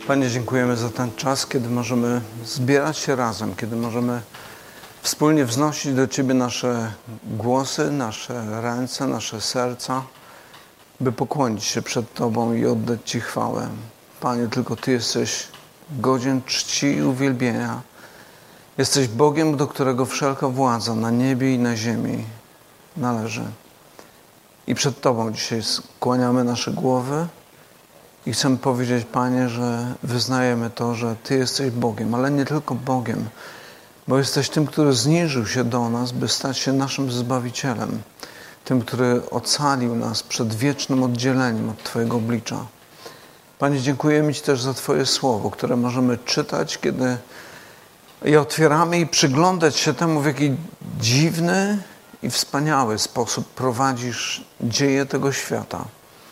Panie, dziękujemy za ten czas, kiedy możemy zbierać się razem, kiedy możemy wspólnie wznosić do Ciebie nasze głosy, nasze ręce, nasze serca, by pokłonić się przed Tobą i oddać Ci chwałę. Panie, tylko Ty jesteś godzien czci i uwielbienia. Jesteś Bogiem, do którego wszelka władza na niebie i na ziemi należy. I przed Tobą dzisiaj skłaniamy nasze głowy i chcemy powiedzieć, Panie, że wyznajemy to, że Ty jesteś Bogiem, ale nie tylko Bogiem, bo jesteś tym, który zniżył się do nas, by stać się naszym Zbawicielem, tym, który ocalił nas przed wiecznym oddzieleniem od Twojego oblicza. Panie, dziękujemy Ci też za Twoje słowo, które możemy czytać, kiedy je otwieramy i przyglądać się temu, w jaki dziwny i wspaniały sposób prowadzisz dzieje tego świata.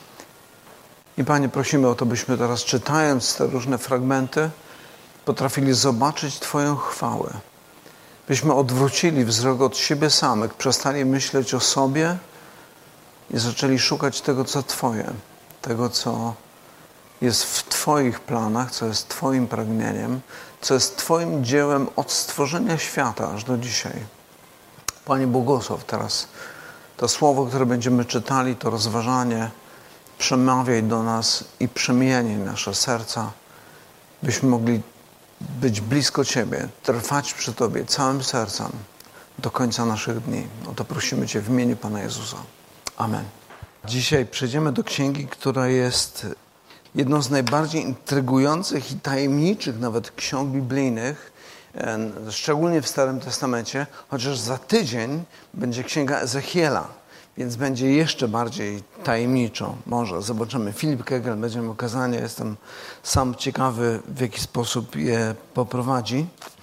I Panie, prosimy o to, byśmy teraz, czytając te różne fragmenty, potrafili zobaczyć Twoją chwałę. Byśmy odwrócili wzrok od siebie samych, przestali myśleć o sobie i zaczęli szukać tego, co Twoje, tego, co jest w Twoich planach, co jest Twoim pragnieniem, co jest Twoim dziełem od stworzenia świata aż do dzisiaj. Panie, błogosław teraz to słowo, które będziemy czytali, to rozważanie. Przemawiaj do nas i przemieniaj nasze serca, byśmy mogli być blisko Ciebie, trwać przy Tobie całym sercem do końca naszych dni. O to prosimy Cię w imieniu Pana Jezusa. Amen. Dzisiaj przejdziemy do księgi, która jest jedną z najbardziej intrygujących i tajemniczych nawet ksiąg biblijnych, szczególnie w Starym Testamencie, chociaż za tydzień będzie księga Ezechiela. Więc będzie jeszcze bardziej tajemniczo. Może zobaczymy. Filip Kegel będzie miał kazanie. Jestem sam ciekawy, w jaki sposób je poprowadzi.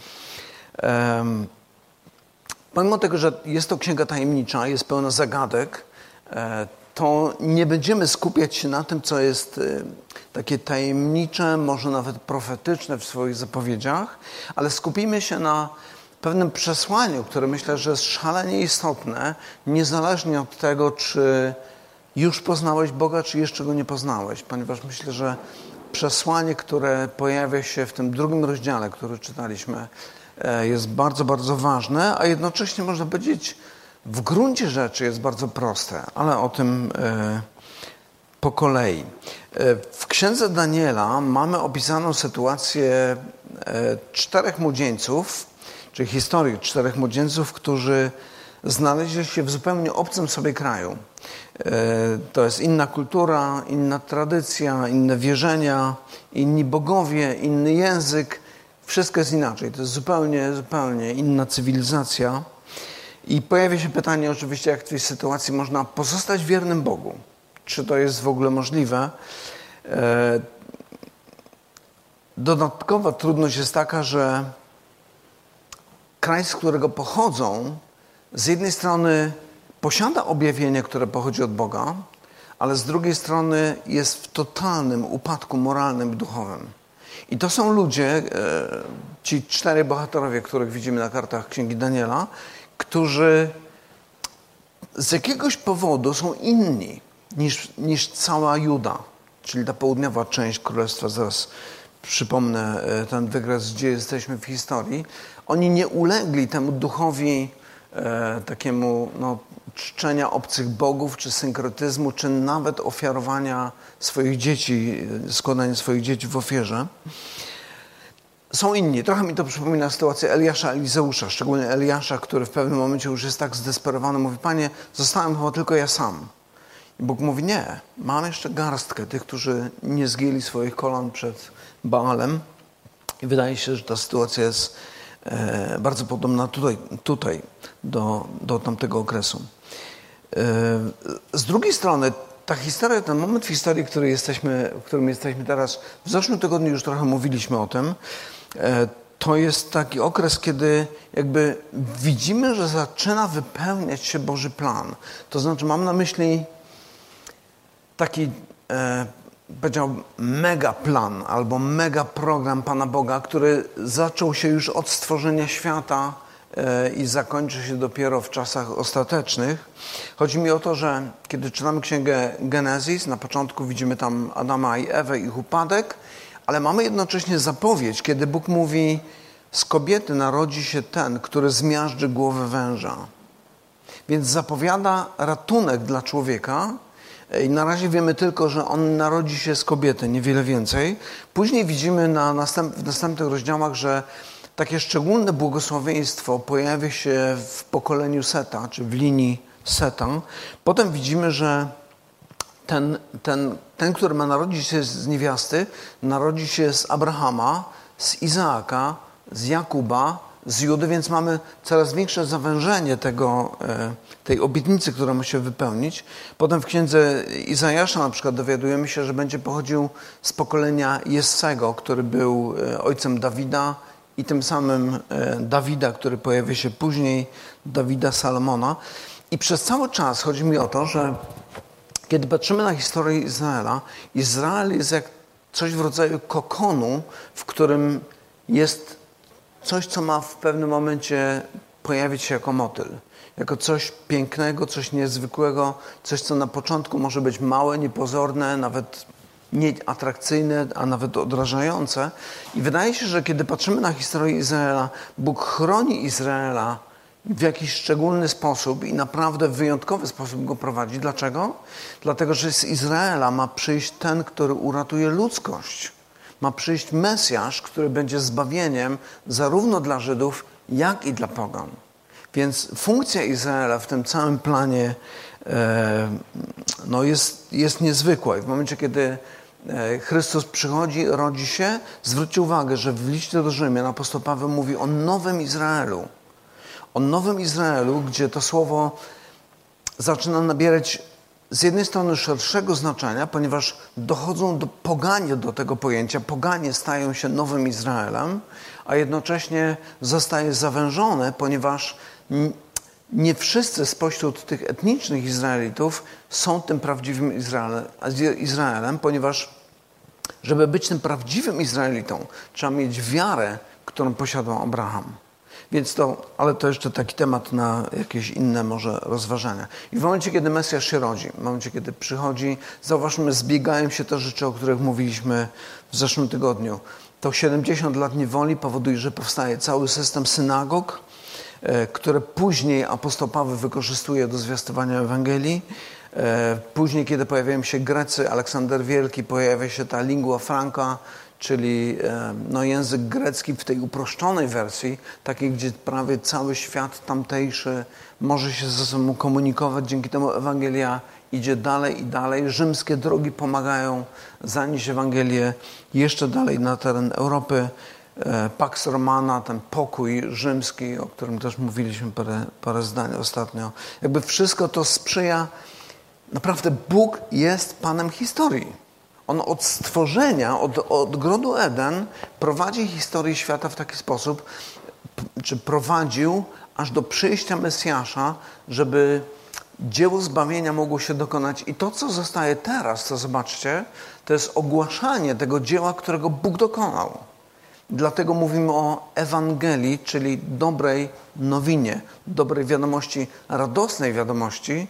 Pomimo tego, że jest to księga tajemnicza, jest pełna zagadek, to nie będziemy skupiać się na tym, co jest takie tajemnicze, może nawet profetyczne w swoich zapowiedziach, ale skupimy się na pewnym przesłaniu, które myślę, że jest szalenie istotne, niezależnie od tego, czy już poznałeś Boga, czy jeszcze Go nie poznałeś. Ponieważ myślę, że przesłanie, które pojawia się w tym drugim rozdziale, który czytaliśmy, jest bardzo, bardzo ważne, a jednocześnie można powiedzieć, w gruncie rzeczy jest bardzo proste, ale o tym po kolei. W księdze Daniela mamy opisaną sytuację 4 młodzieńców, czyli historię 4 młodzieńców, którzy znaleźli się w zupełnie obcym sobie kraju. To jest inna kultura, inna tradycja, inne wierzenia, inni bogowie, inny język. Wszystko jest inaczej. To jest zupełnie inna cywilizacja. I pojawia się pytanie oczywiście, jak w tej sytuacji można pozostać wiernym Bogu. Czy to jest w ogóle możliwe? Dodatkowa trudność jest taka, że kraj, z którego pochodzą, z jednej strony posiada objawienie, które pochodzi od Boga, ale z drugiej strony jest w totalnym upadku moralnym i duchowym. I to są ludzie, ci 4 bohaterowie, których widzimy na kartach Księgi Daniela, którzy z jakiegoś powodu są inni niż cała Juda, czyli ta południowa część królestwa. Zaraz przypomnę ten wykres, gdzie jesteśmy w historii. Oni nie ulegli temu duchowi, takiemu czczenia obcych bogów, czy synkretyzmu, czy nawet ofiarowania swoich dzieci, składania swoich dzieci w ofierze. Są inni. Trochę mi to przypomina sytuację Eliasza, Elizeusza, szczególnie Eliasza, który w pewnym momencie już jest tak zdesperowany. Mówi: Panie, zostałem chyba tylko ja sam. I Bóg mówi: nie, mam jeszcze garstkę tych, którzy nie zgięli swoich kolan przed Baalem. I wydaje się, że ta sytuacja jest bardzo podobna tutaj do tamtego okresu. Z drugiej strony ta historia, ten moment w historii, w którym jesteśmy teraz, w zeszłym tygodniu już trochę mówiliśmy o tym, to jest taki okres, kiedy jakby widzimy, że zaczyna wypełniać się Boży plan. To znaczy mam na myśli taki powiedział mega plan albo mega program Pana Boga, który zaczął się już od stworzenia świata i zakończy się dopiero w czasach ostatecznych. Chodzi mi o to, że kiedy czytamy księgę Genezis, na początku widzimy tam Adama i Ewę, ich upadek, Ale mamy jednocześnie zapowiedź, kiedy Bóg mówi: z kobiety narodzi się ten, który zmiażdży głowę węża. Więc zapowiada ratunek dla człowieka i na razie wiemy tylko, że on narodzi się z kobiety, niewiele więcej. Później widzimy w następnych rozdziałach, że takie szczególne błogosławieństwo pojawia się w pokoleniu Seta, czy w linii Seta. Potem widzimy, że ten, który ma narodzić się z niewiasty, narodzi się z Abrahama, z Izaaka, z Jakuba, z Judy, więc mamy coraz większe zawężenie tej obietnicy, która ma się wypełnić. Potem w księdze Izajasza na przykład dowiadujemy się, że będzie pochodził z pokolenia Jessego, który był ojcem Dawida i tym samym Dawida, który pojawia się później, Dawida Salomona. I przez cały czas chodzi mi o to, że kiedy patrzymy na historię Izraela, Izrael jest jak coś w rodzaju kokonu, w którym jest coś, co ma w pewnym momencie pojawić się jako motyl. Jako coś pięknego, coś niezwykłego, coś, co na początku może być małe, niepozorne, nawet nieatrakcyjne, a nawet odrażające. I wydaje się, że kiedy patrzymy na historię Izraela, Bóg chroni Izraela w jakiś szczególny sposób i naprawdę w wyjątkowy sposób go prowadzi. Dlaczego? Dlatego, że z Izraela ma przyjść ten, który uratuje ludzkość. Ma przyjść Mesjasz, który będzie zbawieniem zarówno dla Żydów, jak i dla pogan. Więc funkcja Izraela w tym całym planie jest niezwykła. I w momencie, kiedy Chrystus przychodzi, rodzi się, zwróćcie uwagę, że w liście do Rzymian apostoł Paweł mówi o nowym Izraelu. O nowym Izraelu, gdzie to słowo zaczyna nabierać z jednej strony szerszego znaczenia, ponieważ dochodzą poganie do tego pojęcia. Poganie stają się nowym Izraelem, a jednocześnie zostaje zawężone, ponieważ nie wszyscy spośród tych etnicznych Izraelitów są tym prawdziwym Izraelem, ponieważ żeby być tym prawdziwym Izraelitą, trzeba mieć wiarę, którą posiadał Abraham. Ale to jeszcze taki temat na jakieś inne może rozważania. I w momencie, kiedy Mesjasz się rodzi, w momencie, kiedy przychodzi, zauważmy, zbiegają się te rzeczy, o których mówiliśmy w zeszłym tygodniu. To 70 lat niewoli powoduje, że powstaje cały system synagog, które później apostoł Paweł wykorzystuje do zwiastowania Ewangelii. Później, kiedy pojawiają się Grecy, Aleksander Wielki, pojawia się ta lingua franca, czyli język grecki w tej uproszczonej wersji, takiej, gdzie prawie cały świat tamtejszy może się ze sobą komunikować. Dzięki temu Ewangelia idzie dalej i dalej. Rzymskie drogi pomagają zanieść Ewangelię jeszcze dalej na teren Europy. Pax Romana, ten pokój rzymski, o którym też mówiliśmy parę zdań ostatnio. Jakby wszystko to sprzyja. Naprawdę Bóg jest Panem historii. On od stworzenia, od ogrodu Eden prowadzi historię świata w taki sposób, czy prowadził aż do przyjścia Mesjasza, żeby dzieło zbawienia mogło się dokonać. I to, co zostaje teraz, to zobaczcie, to jest ogłaszanie tego dzieła, którego Bóg dokonał. Dlatego mówimy o Ewangelii, czyli dobrej nowinie, dobrej wiadomości, radosnej wiadomości.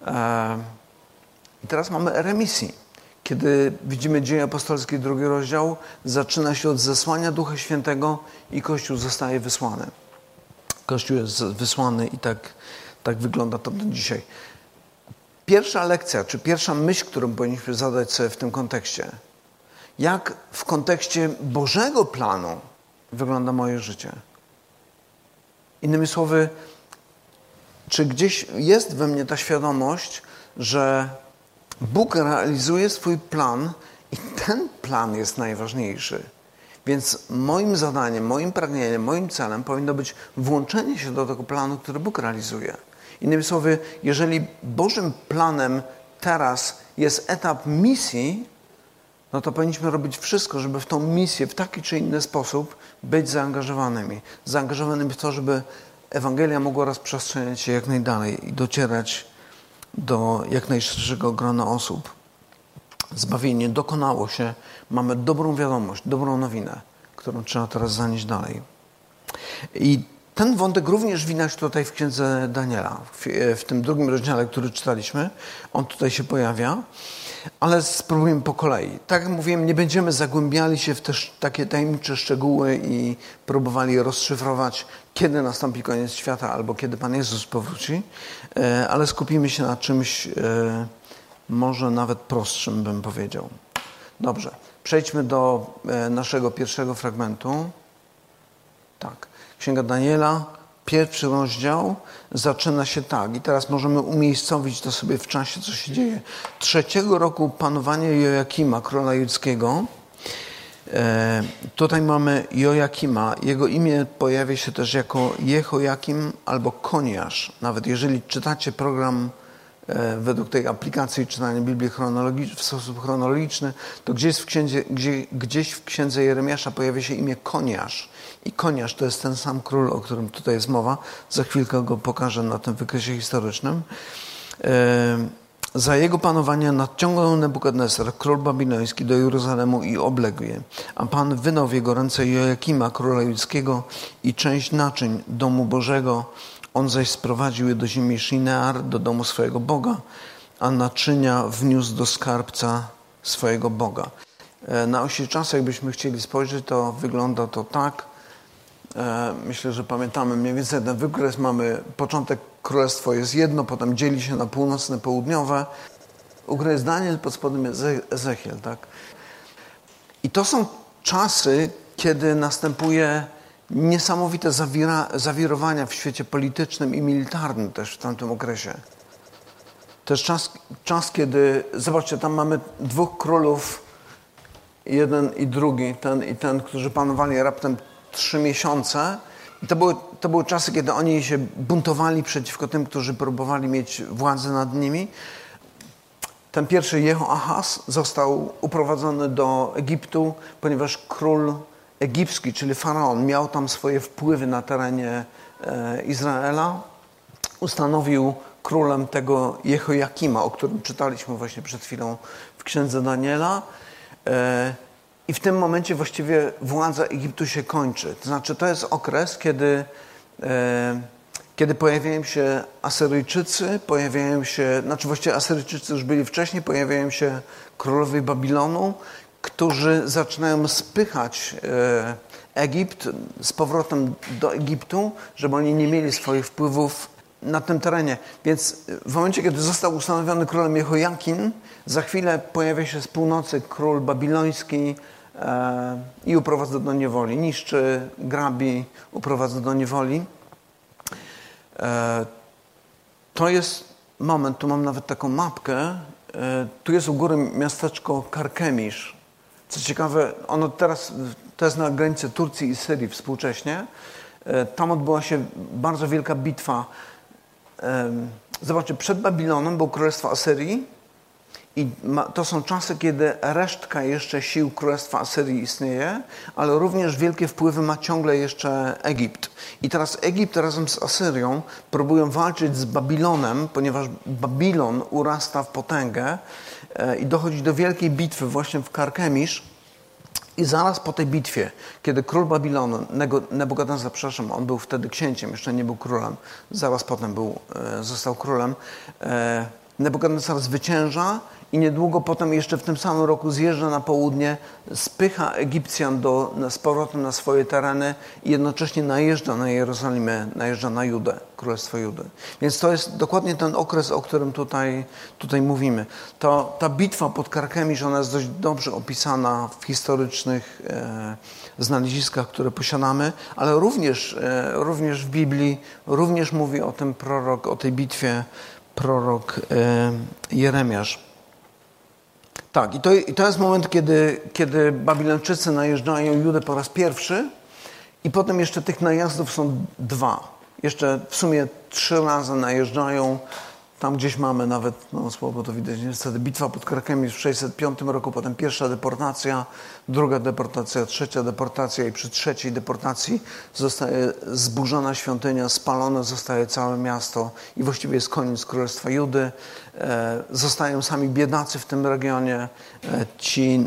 I teraz mamy eremisji. Kiedy widzimy Dzieje Apostolskie, 2 rozdział, zaczyna się od zesłania Ducha Świętego i Kościół zostaje wysłany. Kościół jest wysłany i tak wygląda to do dzisiaj. Pierwsza lekcja, czy pierwsza myśl, którą powinniśmy zadać sobie w tym kontekście. Jak w kontekście Bożego planu wygląda moje życie? Innymi słowy, czy gdzieś jest we mnie ta świadomość, że Bóg realizuje swój plan i ten plan jest najważniejszy. Więc moim zadaniem, moim pragnieniem, moim celem powinno być włączenie się do tego planu, który Bóg realizuje. Innymi słowy, jeżeli Bożym planem teraz jest etap misji, no to powinniśmy robić wszystko, żeby w tą misję w taki czy inny sposób być zaangażowanymi. Zaangażowanymi w to, żeby Ewangelia mogła rozprzestrzeniać się jak najdalej i docierać do jak najszerszego grona osób. Zbawienie dokonało się. Mamy dobrą wiadomość, dobrą nowinę, którą trzeba teraz zanieść dalej. I ten wątek również widać tutaj w księdze Daniela, w tym 2 rozdziale, który czytaliśmy. On tutaj się pojawia. Ale spróbujmy po kolei. Tak jak mówiłem, nie będziemy zagłębiali się w też takie tajemnicze szczegóły i próbowali rozszyfrować, kiedy nastąpi koniec świata albo kiedy Pan Jezus powróci, ale skupimy się na czymś może nawet prostszym, bym powiedział. Dobrze, przejdźmy do naszego pierwszego fragmentu. Tak, Księga Daniela, pierwszy rozdział zaczyna się tak. I teraz możemy umiejscowić to sobie w czasie, co się dzieje. 3 roku panowania Jojakima, króla judzkiego. Tutaj mamy Jojakima. Jego imię pojawia się też jako Jehojakim albo Koniasz. Nawet jeżeli czytacie program według tej aplikacji czytania Biblii w sposób chronologiczny, to gdzieś w księdze Jeremiasza pojawia się imię Koniasz. I Koniasz to jest ten sam król, o którym tutaj jest mowa. Za chwilkę go pokażę na tym wykresie historycznym. Za jego panowania nadciągnął Nebukadnesar, król babiloński, do Jeruzalemu i obległ je. A Pan wydał w jego ręce Jojakima, króla judzkiego, i część naczyń domu Bożego. On zaś sprowadził je do ziemi Shinear, do domu swojego Boga, a naczynia wniósł do skarbca swojego Boga. Na osi czasu, jakbyśmy chcieli spojrzeć, to wygląda to tak. Myślę, że pamiętamy mniej więcej ten wykres. Mamy początek, królestwo jest jedno, potem dzieli się na północne, południowe. U góry jest Daniel, pod spodem jest Ezechiel, tak? I to są czasy, kiedy następuje niesamowite zawirowania w świecie politycznym i militarnym też w tamtym okresie. To jest czas, kiedy, zobaczcie, tam mamy 2 królów, jeden i drugi, ten, którzy panowali raptem 3 miesiące. I to były czasy, kiedy oni się buntowali przeciwko tym, którzy próbowali mieć władzę nad nimi. Ten pierwszy Jehoahaz został uprowadzony do Egiptu, ponieważ król egipski, czyli faraon, miał tam swoje wpływy na terenie Izraela. Ustanowił królem tego Jehojakima, o którym czytaliśmy właśnie przed chwilą w księdze Daniela. I w tym momencie właściwie władza Egiptu się kończy. To znaczy, to jest okres, kiedy pojawiają się Asyryjczycy, właściwie Asyryjczycy już byli wcześniej, pojawiają się królowie Babilonu, którzy zaczynają spychać Egipt z powrotem do Egiptu, żeby oni nie mieli swoich wpływów na tym terenie. Więc w momencie, kiedy został ustanowiony królem Jehojakim, za chwilę pojawia się z północy król babiloński i uprowadza do niewoli. Niszczy, grabi, uprowadza do niewoli. To jest moment, tu mam nawet taką mapkę. Tu jest u góry miasteczko Karkemisz. Co ciekawe, ono teraz to jest na granicy Turcji i Syrii współcześnie. Tam odbyła się bardzo wielka bitwa. Zobaczcie, przed Babilonem było Królestwo Asyrii i to są czasy, kiedy resztka jeszcze sił Królestwa Asyrii istnieje, ale również wielkie wpływy ma ciągle jeszcze Egipt. I teraz Egipt razem z Asyrią próbują walczyć z Babilonem, ponieważ Babilon urasta w potęgę i dochodzi do wielkiej bitwy właśnie w Karkemisz. I zaraz po tej bitwie, kiedy król Babilonu, Nebukadnezar, on był wtedy księciem, jeszcze nie był królem, zaraz potem został królem, Nebukadnezar zwycięża i niedługo potem jeszcze w tym samym roku zjeżdża na południe, spycha Egipcjan z powrotem na swoje tereny i jednocześnie najeżdża na Jerozolimę, najeżdża na Judę, Królestwo Judy. Więc to jest dokładnie ten okres, o którym tutaj mówimy. Ta bitwa pod Karkemisz, ona jest dość dobrze opisana w historycznych znaleziskach, które posiadamy, ale również w Biblii, również mówi o tym prorok, o tej bitwie prorok Jeremiasz. Tak, i to jest moment, kiedy Babilończycy najeżdżają Judę po raz pierwszy i potem jeszcze tych najazdów są 2. Jeszcze w sumie 3 razy najeżdżają. Tam gdzieś mamy nawet, słabo to widać, niestety, bitwa pod Karkemisz w 605 roku, potem pierwsza deportacja, druga deportacja, trzecia deportacja i przy trzeciej deportacji zostaje zburzona świątynia, spalone zostaje całe miasto i właściwie jest koniec Królestwa Judy. Zostają sami biedacy w tym regionie, ci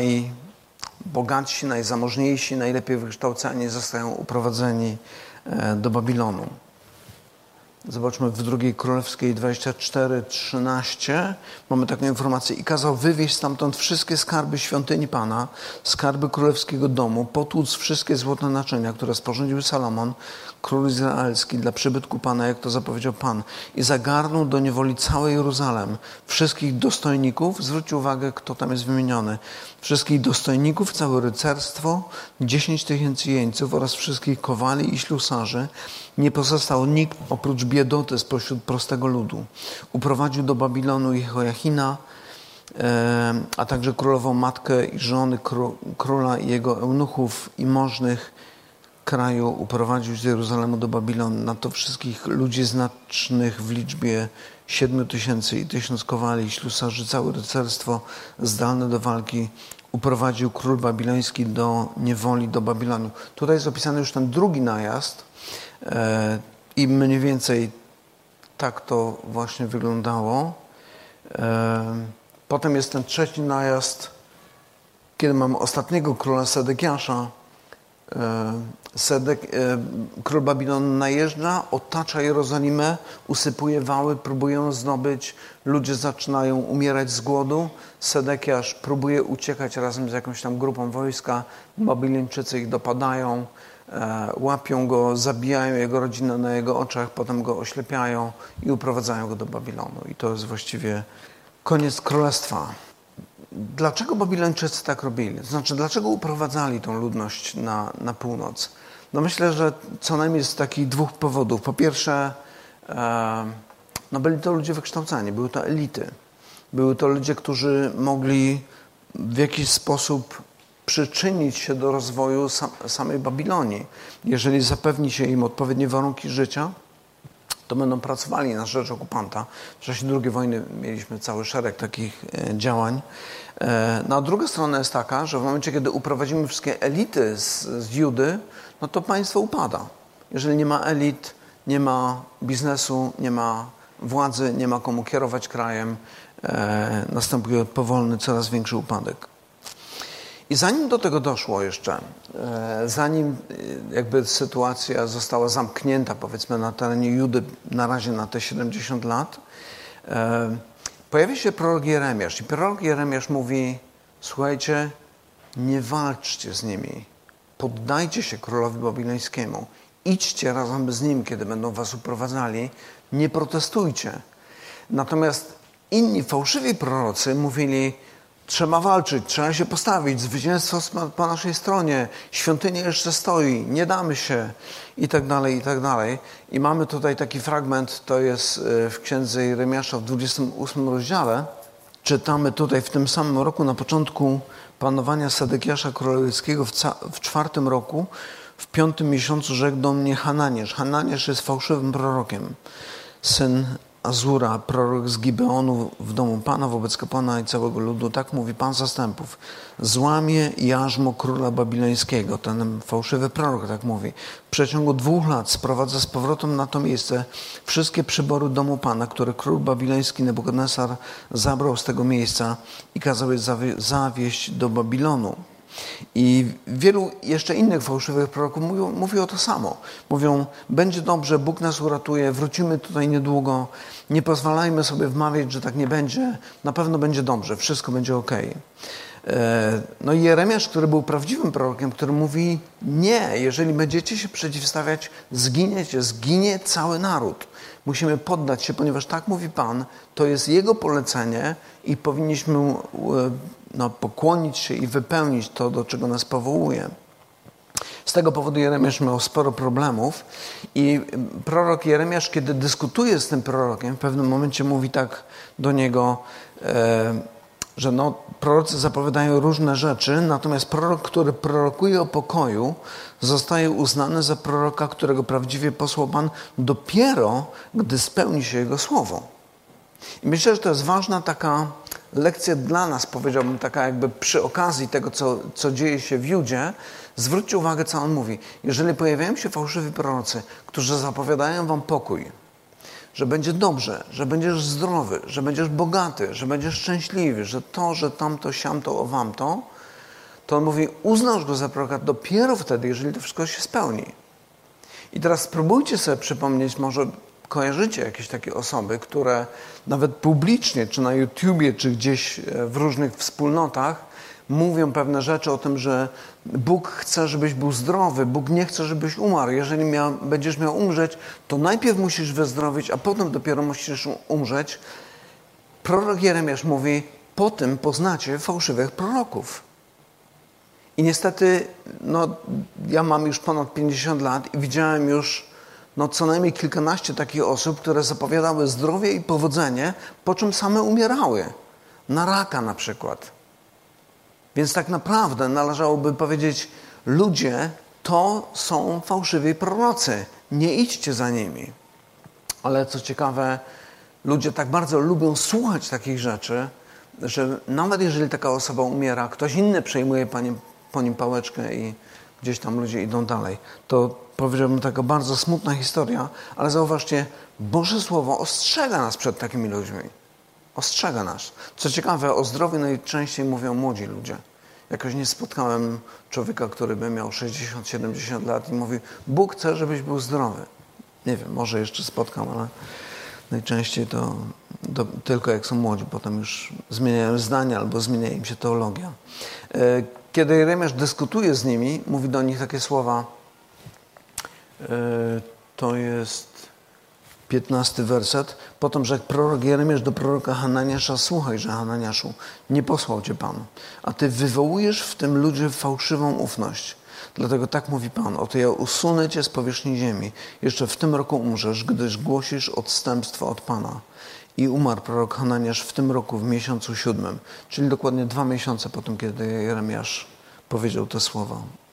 najbogatsi, najzamożniejsi, najlepiej wykształceni zostają uprowadzeni do Babilonu. Zobaczmy w 2 Królewskiej 24:13. Mamy taką informację. I kazał wywieźć stamtąd wszystkie skarby świątyni Pana, skarby królewskiego domu, potłuc wszystkie złote naczynia, które sporządził Salomon, król izraelski, dla przybytku Pana, jak to zapowiedział Pan. I zagarnął do niewoli cały Jeruzalem, wszystkich dostojników, zwróćcie uwagę, kto tam jest wymieniony, wszystkich dostojników, całe rycerstwo, 10 000 jeńców oraz wszystkich kowali i ślusarzy. Nie pozostał nikt oprócz biedoty spośród prostego ludu. Uprowadził do Babilonu Jehoiachina, a także królową matkę i żony króla i jego eunuchów i możnych kraju. Uprowadził z Jeruzalemu do Babilonu. Na to wszystkich ludzi znacznych w liczbie 7 000 i 1000 kowali i ślusarzy, całe rycerstwo zdalne do walki. Uprowadził król babiloński do niewoli do Babilonu. Tutaj jest opisany już ten drugi najazd i mniej więcej tak to właśnie wyglądało. Potem jest ten trzeci najazd, kiedy mamy ostatniego króla Sedekiasza. Król Babilonu najeżdża, otacza Jerozolimę, usypuje wały, próbują zdobyć, ludzie zaczynają umierać z głodu. Sedekiasz próbuje uciekać razem z jakąś tam grupą wojska, Babilończycy ich dopadają, łapią go, zabijają jego rodzinę na jego oczach, potem go oślepiają i uprowadzają go do Babilonu. I to jest właściwie koniec królestwa. Dlaczego Babilończycy tak robili? To znaczy, dlaczego uprowadzali tą ludność na północ? No myślę, że co najmniej z takich 2 powodów. Po pierwsze, byli to ludzie wykształceni, były to elity. Były to ludzie, którzy mogli w jakiś sposób przyczynić się do rozwoju samej Babilonii. Jeżeli zapewni się im odpowiednie warunki życia, to będą pracowali na rzecz okupanta. W czasie II wojny mieliśmy cały szereg takich działań. No a druga strona jest taka, że w momencie, kiedy uprowadzimy wszystkie elity z Judy, no to państwo upada. Jeżeli nie ma elit, nie ma biznesu, nie ma władzy, nie ma komu kierować krajem, następuje powolny, coraz większy upadek. I zanim do tego doszło jeszcze, zanim jakby sytuacja została zamknięta, powiedzmy, na terenie Judy na razie na te 70 lat, pojawia się prorok Jeremiasz. I prorok Jeremiasz mówi: słuchajcie, nie walczcie z nimi, poddajcie się królowi babilońskiemu, idźcie razem z nim, kiedy będą was uprowadzali, nie protestujcie. Natomiast inni fałszywi prorocy mówili: trzeba walczyć, trzeba się postawić, zwycięstwo po naszej stronie, świątynia jeszcze stoi, nie damy się i tak dalej, i tak dalej. I mamy tutaj taki fragment, to jest w księdze Jeremiasza w 28 rozdziale. Czytamy tutaj: w tym samym roku, na początku panowania Sedekiasza królewskiego, w 4. roku, w 5. miesiącu rzekł do mnie Hananiasz. Hananiasz jest fałszywym prorokiem, syn Azura, prorok z Gibeonu w domu Pana wobec kapłana i całego ludu. Tak mówi Pan zastępów: złamie jarzmo króla babilońskiego. Ten fałszywy prorok tak mówi. W przeciągu 2 lat sprowadza z powrotem na to miejsce wszystkie przybory domu Pana, które król babiloński Nebukadnesar zabrał z tego miejsca i kazał je zawieźć do Babilonu. I wielu jeszcze innych fałszywych proroków mówią o to samo. Mówią: będzie dobrze, Bóg nas uratuje, wrócimy tutaj niedługo, nie pozwalajmy sobie wmawiać, że tak nie będzie, na pewno będzie dobrze, wszystko będzie okej. No i Jeremiasz, który był prawdziwym prorokiem, który mówi: nie, jeżeli będziecie się przeciwstawiać, zginiecie, zginie cały naród. Musimy poddać się, ponieważ tak mówi Pan, to jest Jego polecenie i powinniśmy pokłonić się i wypełnić to, do czego nas powołuje. Z tego powodu Jeremiasz miał sporo problemów i prorok Jeremiasz, kiedy dyskutuje z tym prorokiem, w pewnym momencie mówi tak do niego, że prorocy zapowiadają różne rzeczy, natomiast prorok, który prorokuje o pokoju, zostaje uznany za proroka, którego prawdziwie posłał Pan dopiero, gdy spełni się Jego słowo. I myślę, że to jest ważna taka lekcja dla nas, powiedziałbym, taka jakby przy okazji tego, co dzieje się w Judzie. Zwróćcie uwagę, co on mówi. Jeżeli pojawiają się fałszywi prorocy, którzy zapowiadają wam pokój, że będzie dobrze, że będziesz zdrowy, że będziesz bogaty, że będziesz szczęśliwy, że to, że tamto, siamto, owamto, to on mówi: uznasz go za proroka dopiero wtedy, jeżeli to wszystko się spełni. I teraz spróbujcie sobie przypomnieć może kojarzycie jakieś takie osoby, które nawet publicznie, czy na YouTubie, czy gdzieś w różnych wspólnotach mówią pewne rzeczy o tym, że Bóg chce, żebyś był zdrowy, Bóg nie chce, żebyś umarł. Jeżeli będziesz miał umrzeć, to najpierw musisz wyzdrowieć, a potem dopiero musisz umrzeć. Prorok Jeremiasz mówi, po tym poznacie fałszywych proroków. I niestety, ja mam już ponad 50 lat i widziałem już co najmniej kilkanaście takich osób, które zapowiadały zdrowie i powodzenie, po czym same umierały. Na raka na przykład. Więc tak naprawdę należałoby powiedzieć, ludzie to są fałszywi prorocy. Nie idźcie za nimi. Ale co ciekawe, ludzie tak bardzo lubią słuchać takich rzeczy, że nawet jeżeli taka osoba umiera, ktoś inny przejmuje po nim pałeczkę i gdzieś tam ludzie idą dalej. To powiedziałbym taka bardzo smutna historia, ale zauważcie, Boże Słowo ostrzega nas przed takimi ludźmi. Ostrzega nas. Co ciekawe, o zdrowiu najczęściej mówią młodzi ludzie. Jakoś nie spotkałem człowieka, który by miał 60-70 lat i mówi, Bóg chce, żebyś był zdrowy. Nie wiem, może jeszcze spotkam, ale najczęściej to tylko jak są młodzi, potem już zmieniają zdania albo zmienia im się teologia. Kiedy Jeremiasz dyskutuje z nimi, mówi do nich takie słowa, to jest 15 werset. Potem rzekł prorok Jeremiasz do proroka Hananiasza, słuchajże Hananiaszu, nie posłał cię Pan, a ty wywołujesz w tym ludzie fałszywą ufność. Dlatego tak mówi Pan, oto ja usunę cię z powierzchni ziemi. Jeszcze w tym roku umrzesz, gdyż głosisz odstępstwo od Pana. I umarł prorok Hananiasz w tym roku, w miesiącu 7, czyli dokładnie 2 miesiące po tym, kiedy Jeremiasz powiedział te słowa.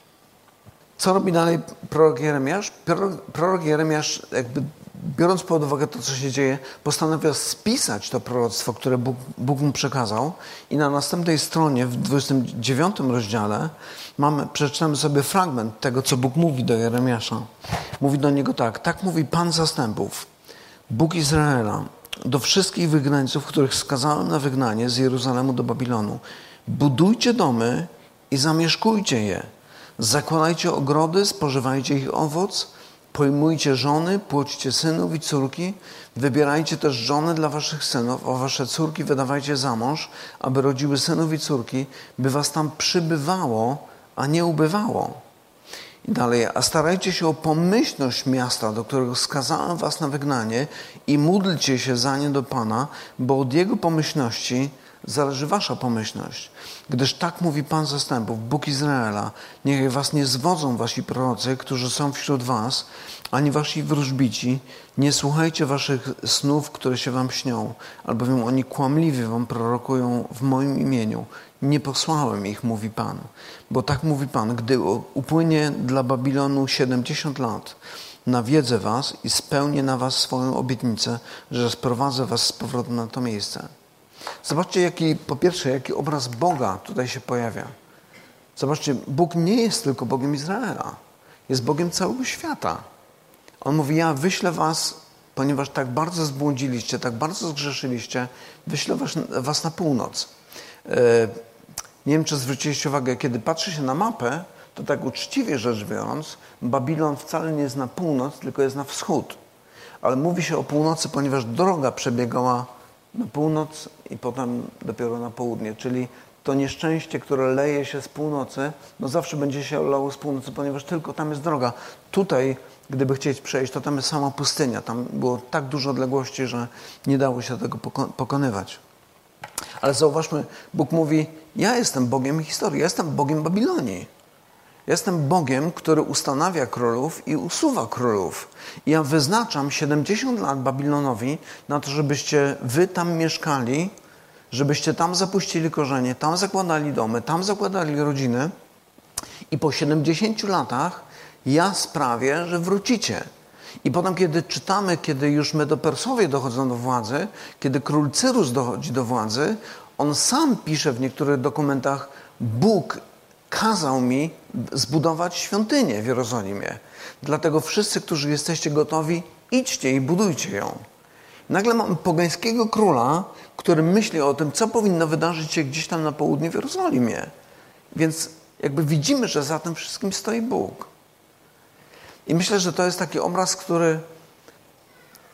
Co robi dalej prorok Jeremiasz? Prorok Jeremiasz, jakby biorąc pod uwagę to, co się dzieje, postanawia spisać to proroctwo, które Bóg mu przekazał. I na następnej stronie, w 29 rozdziale, przeczytamy sobie fragment tego, co Bóg mówi do Jeremiasza. Mówi do niego tak. Tak mówi Pan zastępów, Bóg Izraela, do wszystkich wygnańców, których skazałem na wygnanie z Jeruzalemu do Babilonu. Budujcie domy i zamieszkujcie je. Zakładajcie ogrody, spożywajcie ich owoc, pojmujcie żony, płodźcie synów i córki, wybierajcie też żony dla waszych synów, a wasze córki wydawajcie za mąż, aby rodziły synów i córki, by was tam przybywało, a nie ubywało. I dalej, a starajcie się o pomyślność miasta, do którego skazałem was na wygnanie i módlcie się za nie do Pana, bo od Jego pomyślności zależy wasza pomyślność. Gdyż tak mówi Pan zastępów, Bóg Izraela, niech was nie zwodzą wasi prorocy, którzy są wśród was, ani wasi wróżbici. Nie słuchajcie waszych snów, które się wam śnią, albowiem oni kłamliwie wam prorokują w moim imieniu. Nie posłałem ich, mówi Pan. Bo tak mówi Pan, gdy upłynie dla Babilonu 70 lat, nawiedzę was i spełnię na was swoją obietnicę, że sprowadzę was z powrotem na to miejsce. Zobaczcie, po pierwsze, jaki obraz Boga tutaj się pojawia. Zobaczcie, Bóg nie jest tylko Bogiem Izraela. Jest Bogiem całego świata. On mówi, ja wyślę was, ponieważ tak bardzo zbłądziliście, tak bardzo zgrzeszyliście, wyślę was na północ. Nie wiem, czy zwróciliście uwagę, kiedy patrzy się na mapę, to tak uczciwie rzecz biorąc, Babilon wcale nie jest na północ, tylko jest na wschód. Ale mówi się o północy, ponieważ droga przebiegała na północ i potem dopiero na południe. Czyli to nieszczęście, które leje się z północy, zawsze będzie się lało z północy, ponieważ tylko tam jest droga. Tutaj, gdyby chcieć przejść, to tam jest sama pustynia. Tam było tak dużo odległości, że nie dało się tego pokonywać. Ale zauważmy, Bóg mówi, ja jestem Bogiem historii, ja jestem Bogiem Babilonii. Ja jestem Bogiem, który ustanawia królów i usuwa królów. I ja wyznaczam 70 lat Babilonowi na to, żebyście wy tam mieszkali, żebyście tam zapuścili korzenie, tam zakładali domy, tam zakładali rodziny. I po 70 latach ja sprawię, że wrócicie. I potem, kiedy czytamy, kiedy już Medo-Persowie dochodzą do władzy, kiedy król Cyrus dochodzi do władzy, on sam pisze w niektórych dokumentach, Bóg kazał mi zbudować świątynię w Jerozolimie. Dlatego wszyscy, którzy jesteście gotowi, idźcie i budujcie ją. Nagle mamy pogańskiego króla, który myśli o tym, co powinno wydarzyć się gdzieś tam na południu w Jerozolimie. Więc jakby widzimy, że za tym wszystkim stoi Bóg. I myślę, że to jest taki obraz, który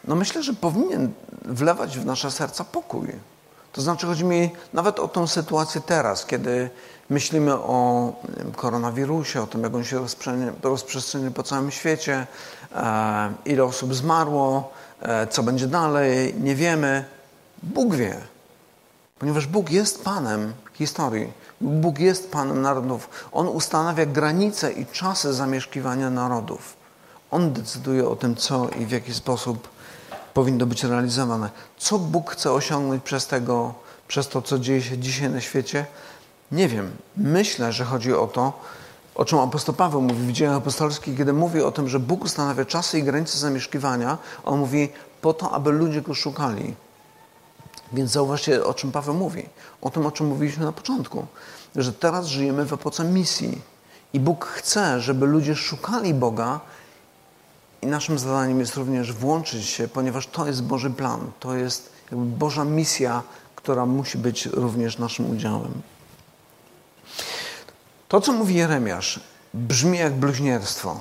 no myślę, że powinien wlewać w nasze serca pokój. To znaczy chodzi mi nawet o tą sytuację teraz, kiedy myślimy o koronawirusie, o tym, jak on się rozprzestrzeni po całym świecie, ile osób zmarło, co będzie dalej, nie wiemy. Bóg wie, ponieważ Bóg jest Panem historii. Bóg jest Panem narodów. On ustanawia granice i czasy zamieszkiwania narodów. On decyduje o tym, co i w jaki sposób powinno być realizowane. Co Bóg chce osiągnąć przez to, co dzieje się dzisiaj na świecie? Nie wiem. Myślę, że chodzi o to, o czym apostoł Paweł mówi w Dziejach Apostolskich, kiedy mówi o tym, że Bóg ustanawia czasy i granice zamieszkiwania. On mówi po to, aby ludzie Go szukali. Więc zauważcie, o czym Paweł mówi. O tym, o czym mówiliśmy na początku. Że teraz żyjemy w epoce misji. I Bóg chce, żeby ludzie szukali Boga. I naszym zadaniem jest również włączyć się, ponieważ to jest Boży plan. To jest jakby Boża misja, która musi być również naszym udziałem. To, co mówi Jeremiasz, brzmi jak bluźnierstwo.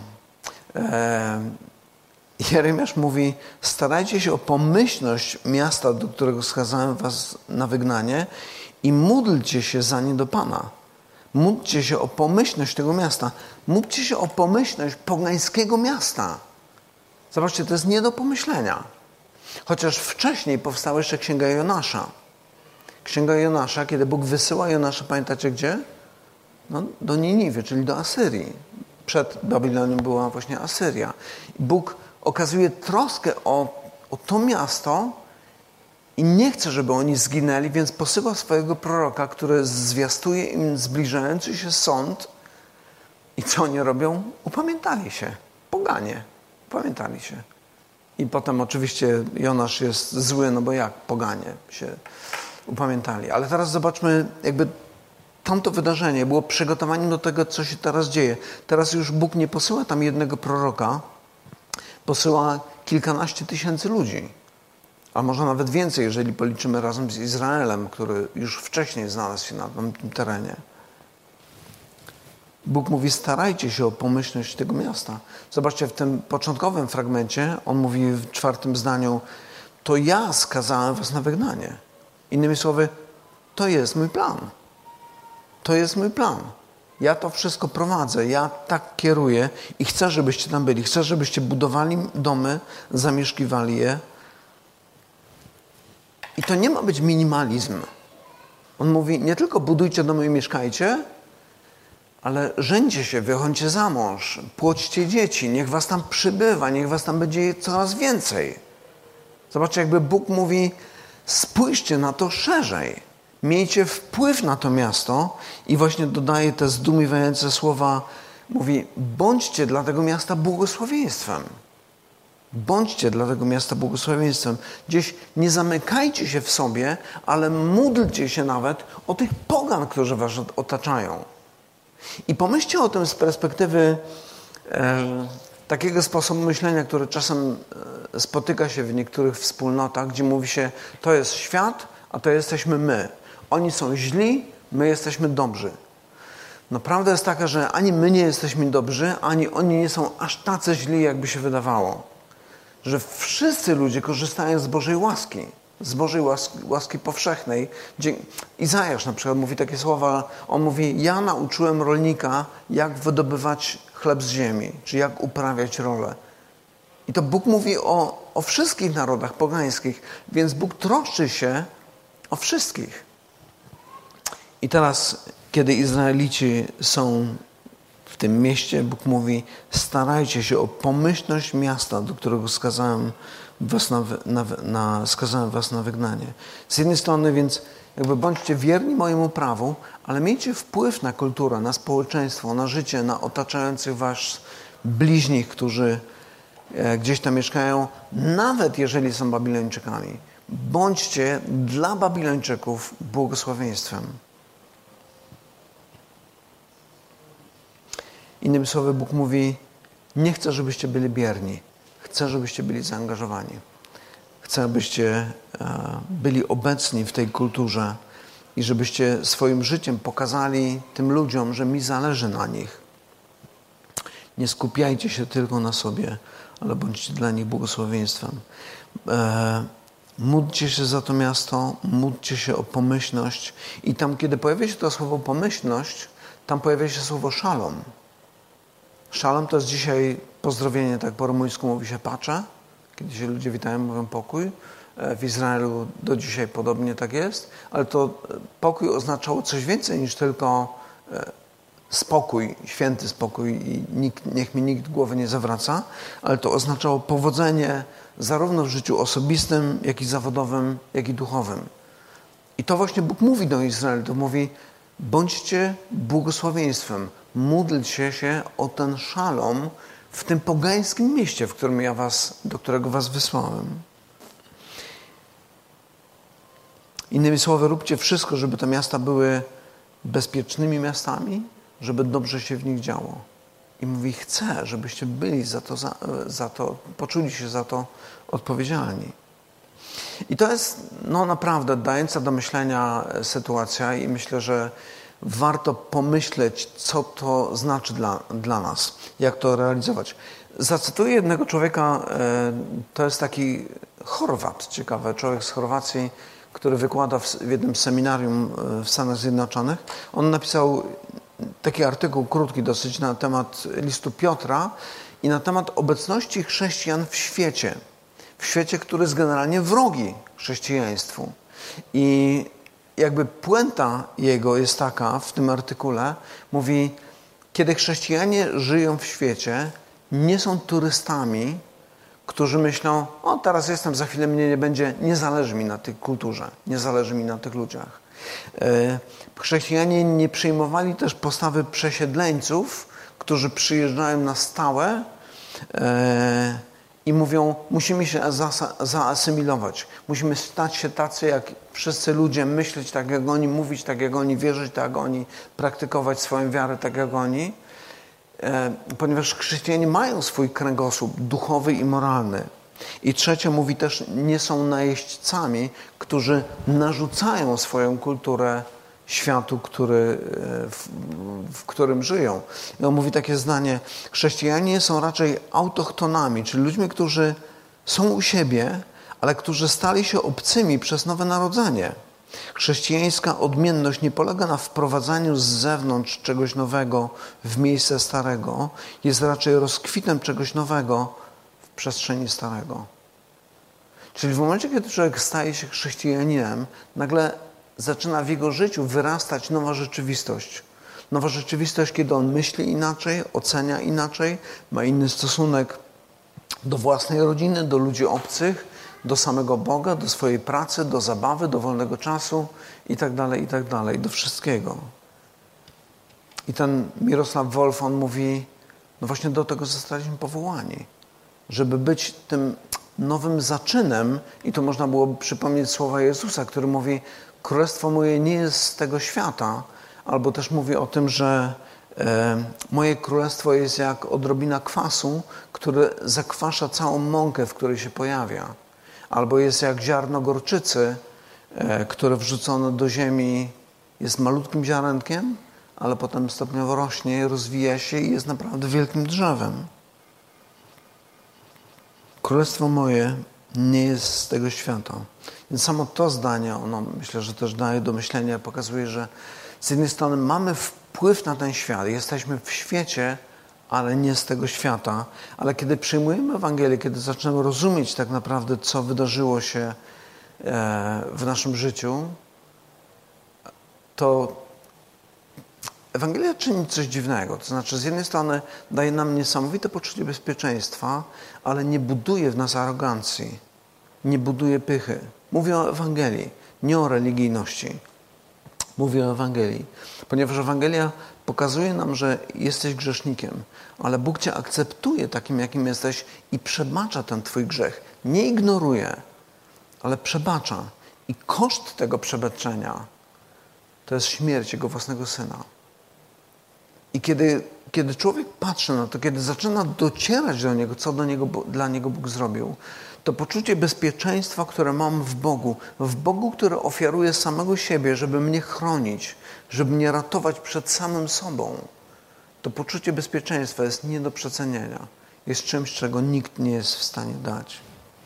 Jeremiasz mówi, starajcie się o pomyślność miasta, do którego skazałem was na wygnanie i módlcie się za nie do Pana. Módlcie się o pomyślność tego miasta. Módlcie się o pomyślność pogańskiego miasta. Zobaczcie, to jest nie do pomyślenia. Chociaż wcześniej powstała jeszcze Księga Jonasza. Księga Jonasza, kiedy Bóg wysyła Jonasza, pamiętacie gdzie? No, do Niniwy, czyli do Asyrii. Przed Babilonią była właśnie Asyria. Bóg okazuje troskę o to miasto i nie chce, żeby oni zginęli, więc posyła swojego proroka, który zwiastuje im zbliżający się sąd. I co oni robią? Upamiętali się. Poganie. Upamiętali się. I potem oczywiście Jonasz jest zły, no bo jak poganie się upamiętali. Ale teraz zobaczmy, jakby tamto wydarzenie było przygotowaniem do tego, co się teraz dzieje. Teraz już Bóg nie posyła tam jednego proroka, posyła kilkanaście tysięcy ludzi. A może nawet więcej, jeżeli policzymy razem z Izraelem, który już wcześniej znalazł się na tym terenie. Bóg mówi, starajcie się o pomyślność tego miasta. Zobaczcie, w tym początkowym fragmencie, on mówi w 4. zdaniu, to ja skazałem was na wygnanie. Innymi słowy, to jest mój plan. To jest mój plan. Ja to wszystko prowadzę, ja tak kieruję i chcę, żebyście tam byli. Chcę, żebyście budowali domy, zamieszkiwali je. I to nie ma być minimalizm. On mówi, nie tylko budujcie domy i mieszkajcie, ale żeńcie się, wychodźcie za mąż, płodźcie dzieci, niech was tam przybywa, niech was tam będzie coraz więcej. Zobaczcie, jakby Bóg mówi, spójrzcie na to szerzej. Miejcie wpływ na to miasto i właśnie dodaje te zdumiewające słowa, mówi, bądźcie dla tego miasta błogosławieństwem. Bądźcie dla tego miasta błogosławieństwem. Gdzieś nie zamykajcie się w sobie, ale módlcie się nawet o tych pogan, którzy was otaczają. I pomyślcie o tym z perspektywy takiego sposobu myślenia, który czasem spotyka się w niektórych wspólnotach, gdzie mówi się, to jest świat, a to jesteśmy my. Oni są źli, my jesteśmy dobrzy. No prawda jest taka, że ani my nie jesteśmy dobrzy, ani oni nie są aż tacy źli, jakby się wydawało. Że wszyscy ludzie korzystają z Bożej łaski. Z Bożej łaski powszechnej. Izajasz na przykład mówi takie słowa, on mówi, ja nauczyłem rolnika, jak wydobywać chleb z ziemi, czy jak uprawiać rolę. I to Bóg mówi o wszystkich narodach pogańskich, więc Bóg troszczy się o wszystkich. I teraz, kiedy Izraelici są w tym mieście, Bóg mówi, starajcie się o pomyślność miasta, do którego skazałem was na wygnanie. Z jednej strony więc jakby bądźcie wierni mojemu prawu, ale miejcie wpływ na kulturę, na społeczeństwo, na życie, na otaczających was bliźnich, którzy gdzieś tam mieszkają, nawet jeżeli są Babilończykami. Bądźcie dla Babilończyków błogosławieństwem. Innymi słowy, Bóg mówi, nie chcę, żebyście byli bierni. Chcę, żebyście byli zaangażowani. Chcę, abyście byli obecni w tej kulturze i żebyście swoim życiem pokazali tym ludziom, że mi zależy na nich. Nie skupiajcie się tylko na sobie, ale bądźcie dla nich błogosławieństwem. Módlcie się za to miasto, módlcie się o pomyślność. I tam, kiedy pojawia się to słowo pomyślność, tam pojawia się słowo szalom. Szalom to jest dzisiaj pozdrowienie, tak po rumuńsku mówi się pacze. Kiedy się ludzie witają, mówią pokój. W Izraelu do dzisiaj podobnie tak jest. Ale to pokój oznaczało coś więcej niż tylko spokój, święty spokój i niech mi nikt głowy nie zawraca. Ale to oznaczało powodzenie zarówno w życiu osobistym, jak i zawodowym, jak i duchowym. I to właśnie Bóg mówi do Izraela. To mówi, bądźcie błogosławieństwem. Módlcie się o ten szalom w tym pogańskim mieście, do którego was wysłałem. Innymi słowy, róbcie wszystko, żeby te miasta były bezpiecznymi miastami, żeby dobrze się w nich działo. I mówi, chcę, żebyście byli za to, poczuli się za to odpowiedzialni. I to jest naprawdę dająca do myślenia sytuacja i myślę, że warto pomyśleć, co to znaczy dla nas, jak to realizować. Zacytuję jednego człowieka, to jest taki Chorwat, ciekawy człowiek z Chorwacji, który wykłada w jednym seminarium w Stanach Zjednoczonych. On napisał taki artykuł krótki dosyć na temat listu Piotra i na temat obecności chrześcijan w świecie, który jest generalnie wrogi chrześcijaństwu. I jakby puenta jego jest taka w tym artykule, mówi, kiedy chrześcijanie żyją w świecie, nie są turystami, którzy myślą, o teraz jestem, za chwilę mnie nie będzie, nie zależy mi na tej kulturze, nie zależy mi na tych ludziach. Chrześcijanie nie przyjmowali też postawy przesiedleńców, którzy przyjeżdżają na stałe i mówią, musimy się zaasymilować. Musimy stać się tacy jak wszyscy ludzie, myśleć tak jak oni, mówić tak jak oni, wierzyć tak jak oni, praktykować swoją wiarę tak jak oni. Ponieważ chrześcijanie mają swój kręgosłup duchowy i moralny. I trzecie mówi też, nie są najeźdźcami, którzy narzucają swoją kulturę światu, w którym żyją. I on mówi takie zdanie, chrześcijanie są raczej autochtonami, czyli ludźmi, którzy są u siebie, ale którzy stali się obcymi przez nowe narodzenie. Chrześcijańska odmienność nie polega na wprowadzaniu z zewnątrz czegoś nowego w miejsce starego, jest raczej rozkwitem czegoś nowego w przestrzeni starego. Czyli w momencie, kiedy człowiek staje się chrześcijaninem, nagle zaczyna w jego życiu wyrastać nowa rzeczywistość. Nowa rzeczywistość, kiedy on myśli inaczej, ocenia inaczej, ma inny stosunek do własnej rodziny, do ludzi obcych, do samego Boga, do swojej pracy, do zabawy, do wolnego czasu i tak dalej, do wszystkiego. I ten Mirosław Wolf, on mówi, no właśnie do tego zostaliśmy powołani, żeby być tym nowym zaczynem i to można byłoby przypomnieć słowa Jezusa, który mówi, królestwo moje nie jest z tego świata, albo też mówi o tym, że moje królestwo jest jak odrobina kwasu, który zakwasza całą mąkę, w której się pojawia. Albo jest jak ziarno gorczycy, które wrzucone do ziemi jest malutkim ziarenkiem, ale potem stopniowo rośnie, rozwija się i jest naprawdę wielkim drzewem. Królestwo moje nie jest z tego świata. Więc samo to zdanie, ono myślę, że też daje do myślenia, pokazuje, że z jednej strony mamy wpływ na ten świat, jesteśmy w świecie, ale nie z tego świata. Ale kiedy przyjmujemy Ewangelię, kiedy zaczynamy rozumieć tak naprawdę, co wydarzyło się w naszym życiu, to Ewangelia czyni coś dziwnego. To znaczy, z jednej strony daje nam niesamowite poczucie bezpieczeństwa, ale nie buduje w nas arogancji, nie buduje pychy. Mówię o Ewangelii, nie o religijności. Mówię o Ewangelii, ponieważ Ewangelia pokazuje nam, że jesteś grzesznikiem, ale Bóg cię akceptuje takim, jakim jesteś i przebacza ten twój grzech. Nie ignoruje, ale przebacza. I koszt tego przebaczenia to jest śmierć Jego własnego Syna. I kiedy człowiek patrzy na to, kiedy zaczyna docierać do Niego, co dla Niego Bóg zrobił, to poczucie bezpieczeństwa, które mam w Bogu, który ofiaruje samego siebie, żeby mnie chronić, żeby mnie ratować przed samym sobą. To poczucie bezpieczeństwa jest nie do przecenienia. Jest czymś, czego nikt nie jest w stanie dać.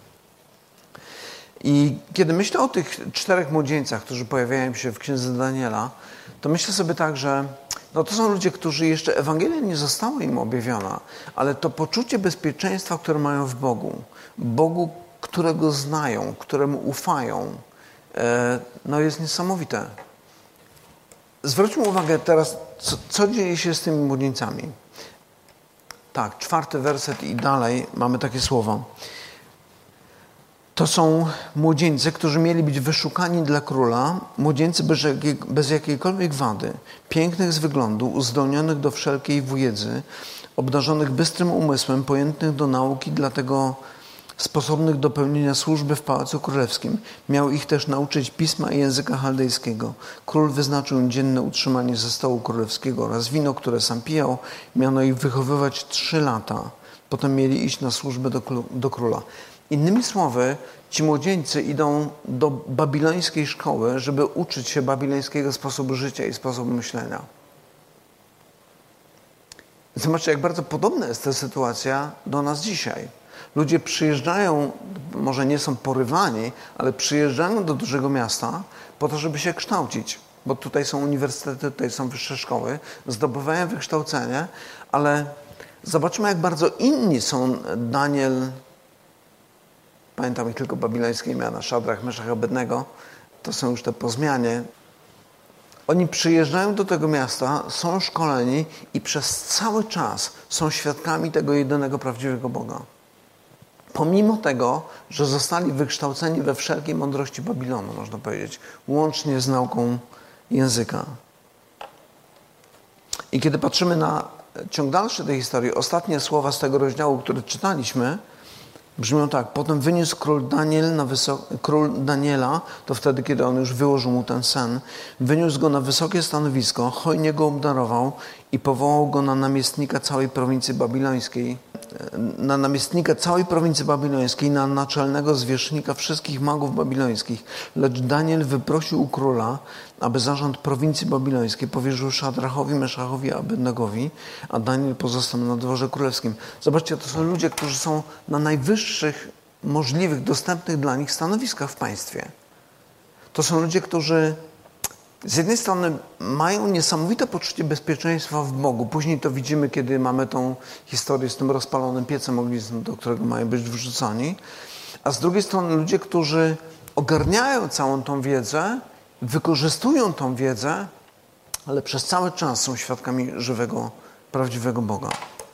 I kiedy myślę o tych 4 młodzieńcach, którzy pojawiają się w Księdze Daniela, to myślę sobie tak, że to są ludzie, którzy jeszcze Ewangelia nie została im objawiona, ale to poczucie bezpieczeństwa, które mają w Bogu, którego znają, któremu ufają, jest niesamowite. Zwróćmy uwagę teraz, co dzieje się z tymi młodzieńcami. Tak, 4 werset i dalej mamy takie słowa. To są młodzieńcy, którzy mieli być wyszukani dla króla, młodzieńcy bez jakiejkolwiek wady, pięknych z wyglądu, uzdolnionych do wszelkiej wiedzy, obdarzonych bystrym umysłem, pojętnych do nauki, dlatego sposobnych do pełnienia służby w Pałacu Królewskim. Miał ich też nauczyć pisma i języka chaldejskiego. Król wyznaczył im dzienne utrzymanie ze stołu królewskiego oraz wino, które sam pijał. Miano ich wychowywać 3 lata. Potem mieli iść na służbę do króla. Innymi słowy, ci młodzieńcy idą do babilońskiej szkoły, żeby uczyć się babilońskiego sposobu życia i sposobu myślenia. Zobaczcie, jak bardzo podobna jest ta sytuacja do nas dzisiaj. Ludzie przyjeżdżają, może nie są porywani, ale przyjeżdżają do dużego miasta po to, żeby się kształcić. Bo tutaj są uniwersytety, tutaj są wyższe szkoły, zdobywają wykształcenie, ale zobaczmy, jak bardzo inni są Daniel, pamiętam ich tylko babilońskie imiona, Szadrach, Meszach, Abednego, to są już te po zmianie. Oni przyjeżdżają do tego miasta, są szkoleni i przez cały czas są świadkami tego jedynego prawdziwego Boga. Pomimo tego, że zostali wykształceni we wszelkiej mądrości Babilonu, można powiedzieć, łącznie z nauką języka. I kiedy patrzymy na ciąg dalszy tej historii, ostatnie słowa z tego rozdziału, który czytaliśmy, brzmią tak. Potem wyniósł król Daniela, to wtedy, kiedy on już wyłożył mu ten sen, wyniósł go na wysokie stanowisko, hojnie go obdarował i powołał go na namiestnika całej prowincji babilońskiej, na naczelnego zwierzchnika wszystkich magów babilońskich. Lecz Daniel wyprosił u króla, aby zarząd prowincji babilońskiej powierzył Szadrachowi, Meszachowi, Abednegowi, a Daniel pozostał na dworze królewskim. Zobaczcie, to są ludzie, którzy są na najwyższych możliwych, dostępnych dla nich stanowiskach w państwie. To są ludzie, którzy z jednej strony mają niesamowite poczucie bezpieczeństwa w Bogu. Później to widzimy, kiedy mamy tą historię z tym rozpalonym piecem ognistym, do którego mają być wrzucani. A z drugiej strony ludzie, którzy ogarniają całą tą wiedzę, wykorzystują tą wiedzę, ale przez cały czas są świadkami żywego, prawdziwego Boga.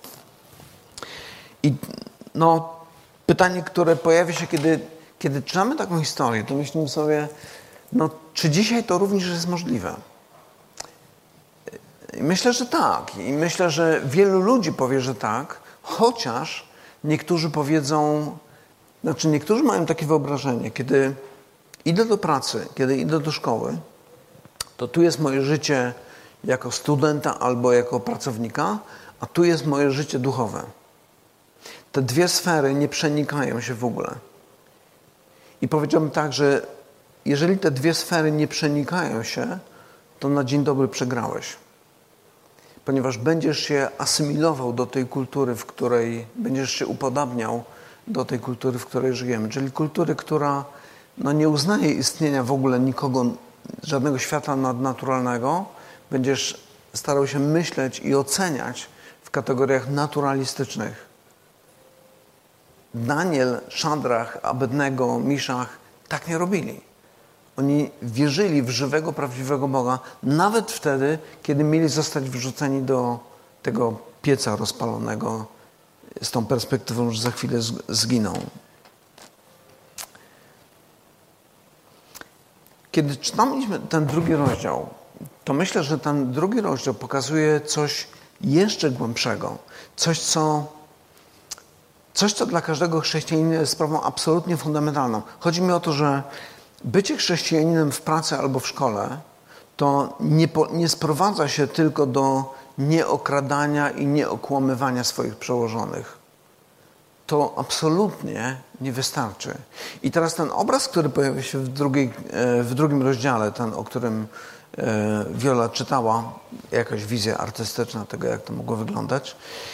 I pytanie, które pojawia się, kiedy czytamy taką historię, to myślimy sobie, czy dzisiaj to również jest możliwe? I myślę, że tak. I myślę, że wielu ludzi powie, że tak, chociaż niektórzy powiedzą, niektórzy mają takie wyobrażenie, kiedy idę do pracy, kiedy idę do szkoły, to tu jest moje życie jako studenta albo jako pracownika, a tu jest moje życie duchowe. Te 2 sfery nie przenikają się w ogóle. I powiedziałbym tak, że jeżeli te 2 sfery nie przenikają się, to na dzień dobry przegrałeś. Ponieważ będziesz się asymilował do tej kultury, w której będziesz się upodabniał do tej kultury, w której żyjemy. Czyli kultury, która nie uznaje istnienia w ogóle nikogo, żadnego świata nadnaturalnego. Będziesz starał się myśleć i oceniać w kategoriach naturalistycznych. Daniel, Szadrach, Abednego, Miszach tak nie robili. Oni wierzyli w żywego, prawdziwego Boga, nawet wtedy, kiedy mieli zostać wrzuceni do tego pieca rozpalonego z tą perspektywą, że za chwilę zginą. Kiedy czytaliśmy ten 2 rozdział, to myślę, że ten 2 rozdział pokazuje coś jeszcze głębszego. Coś, co dla każdego chrześcijanina jest sprawą absolutnie fundamentalną. Chodzi mi o to, że bycie chrześcijaninem w pracy albo w szkole to nie sprowadza się tylko do nieokradania i nieokłamywania swoich przełożonych. To absolutnie nie wystarczy. I teraz ten obraz, który pojawia się w 2 rozdziale, ten, o którym Wiola czytała jakaś wizja artystyczna tego, jak to mogło wyglądać.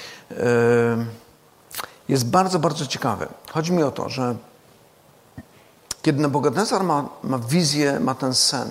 Jest bardzo, bardzo ciekawy. Chodzi mi o to, że kiedy Nebukadnezar ma wizję, ma ten sen,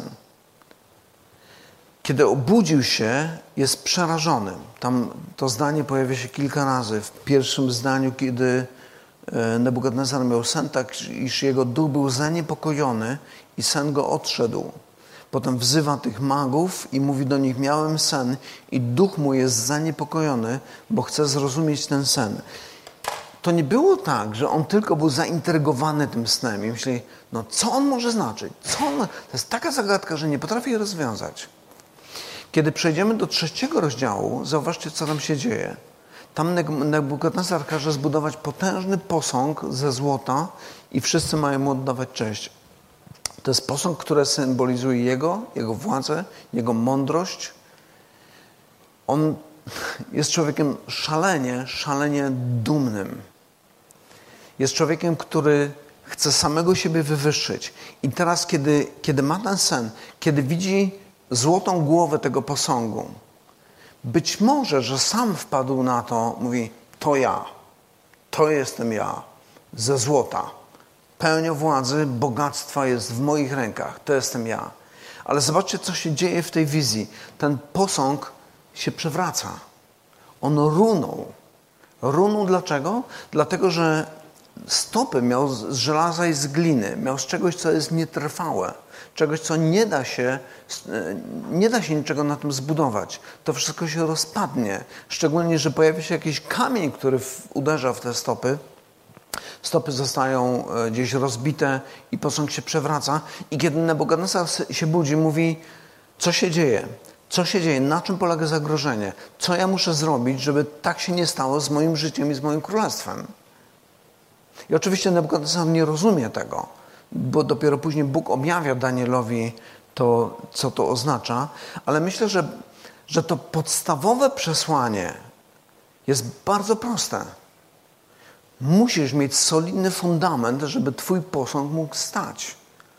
kiedy obudził się, jest przerażony. Tam to zdanie pojawia się kilka razy. W pierwszym zdaniu, kiedy Nebukadnezar miał sen, tak iż jego duch był zaniepokojony i sen go odszedł. Potem wzywa tych magów i mówi do nich: miałem sen i duch mój jest zaniepokojony, bo chce zrozumieć ten sen. To nie było tak, że on tylko był zaintrygowany tym snem i myśli, no co on może znaczyć? To jest taka zagadka, że nie potrafię jej rozwiązać. Kiedy przejdziemy do 3 rozdziału, zauważcie, co tam się dzieje. Tam Nebukadnezar każe zbudować potężny posąg ze złota i wszyscy mają mu oddawać cześć. To jest posąg, który symbolizuje jego władzę, jego mądrość. On jest człowiekiem szalenie dumnym. Jest człowiekiem, który chce samego siebie wywyższyć. I teraz, kiedy ma ten sen, kiedy widzi złotą głowę tego posągu, być może, że sam wpadł na to, mówi: to jestem ja, ze złota. Pełnia władzy, bogactwa jest w moich rękach, to jestem ja. Ale zobaczcie, co się dzieje w tej wizji. Ten posąg się przewraca. On runął. Runął dlaczego? Dlatego, że stopy miał z żelaza i z gliny. Miał z czegoś, co jest nietrwałe. Czegoś, co nie da się niczego na tym zbudować. To wszystko się rozpadnie. Szczególnie, że pojawi się jakiś kamień, który uderza w te stopy. Stopy zostają gdzieś rozbite i posąg się przewraca. I kiedy Nebukadnezar się budzi, mówi: co się dzieje? Co się dzieje? Na czym polega zagrożenie? Co ja muszę zrobić, żeby tak się nie stało z moim życiem i z moim królestwem? I oczywiście Nebukadnezar nie rozumie tego, bo dopiero później Bóg objawia Danielowi to, co to oznacza. Ale myślę, że to podstawowe przesłanie jest bardzo proste. Musisz mieć solidny fundament, żeby twój posąg mógł stać.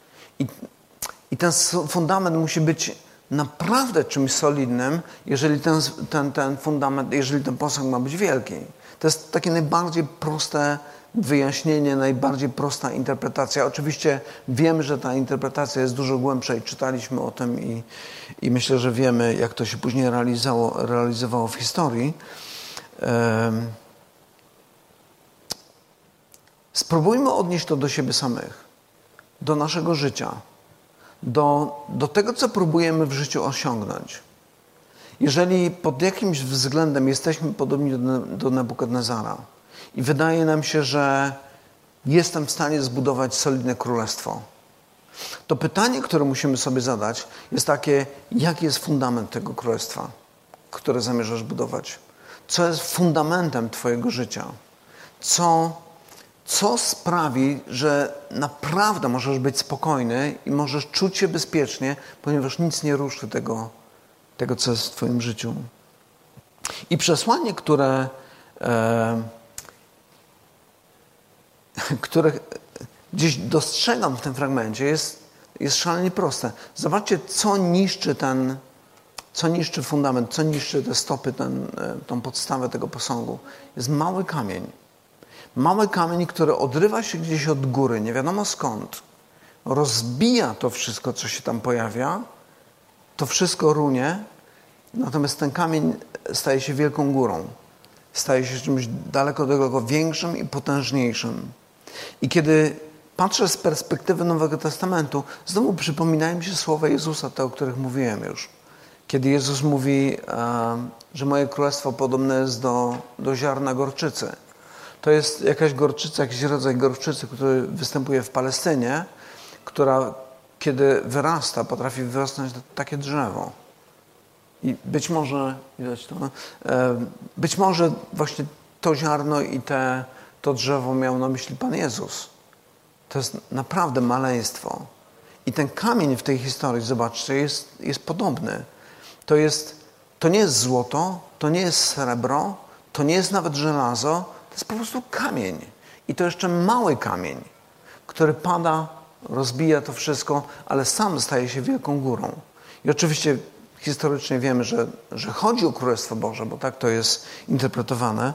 I ten fundament musi być naprawdę czymś solidnym, jeżeli ten fundament, jeżeli ten posąg ma być wielki. To jest takie najbardziej proste wyjaśnienie, najbardziej prosta interpretacja. Oczywiście wiemy, że ta interpretacja jest dużo głębsza i czytaliśmy o tym i myślę, że wiemy, jak to się później realizowało w historii. Spróbujmy odnieść to do siebie samych, do naszego życia, do tego, co próbujemy w życiu osiągnąć. Jeżeli pod jakimś względem jesteśmy podobni do Nebukadnezara i wydaje nam się, że jestem w stanie zbudować solidne królestwo, to pytanie, które musimy sobie zadać, jest takie: jaki jest fundament tego królestwa, które zamierzasz budować? Co jest fundamentem twojego życia? Co sprawi, że naprawdę możesz być spokojny i możesz czuć się bezpiecznie, ponieważ nic nie ruszy tego, co jest w twoim życiu. I przesłanie, które gdzieś dostrzegam w tym fragmencie, jest szalenie proste. Zobaczcie, co niszczy fundament, co niszczy te stopy, tą podstawę tego posągu. Jest mały kamień. Mały kamień, który odrywa się gdzieś od góry, nie wiadomo skąd. Rozbija to wszystko, co się tam pojawia. To wszystko runie. Natomiast ten kamień staje się wielką górą. Staje się czymś daleko większym i potężniejszym. I kiedy patrzę z perspektywy Nowego Testamentu, znowu przypominają mi się słowa Jezusa, te, o których mówiłem już. Kiedy Jezus mówi, że moje królestwo podobne jest do ziarna gorczycy. To jest jakaś gorczyca, jakiś rodzaj gorczycy, który występuje w Palestynie, która kiedy wyrasta, potrafi wyrosnąć takie drzewo. I być może, widać to, być może właśnie to ziarno i to drzewo miał na myśli Pan Jezus. To jest naprawdę maleństwo. I ten kamień w tej historii, zobaczcie, jest podobny. To nie jest złoto, to nie jest srebro, to nie jest nawet żelazo, to jest po prostu kamień. I to jeszcze mały kamień, który pada, rozbija to wszystko, ale sam staje się wielką górą. I oczywiście historycznie wiemy, że chodzi o Królestwo Boże, bo tak to jest interpretowane.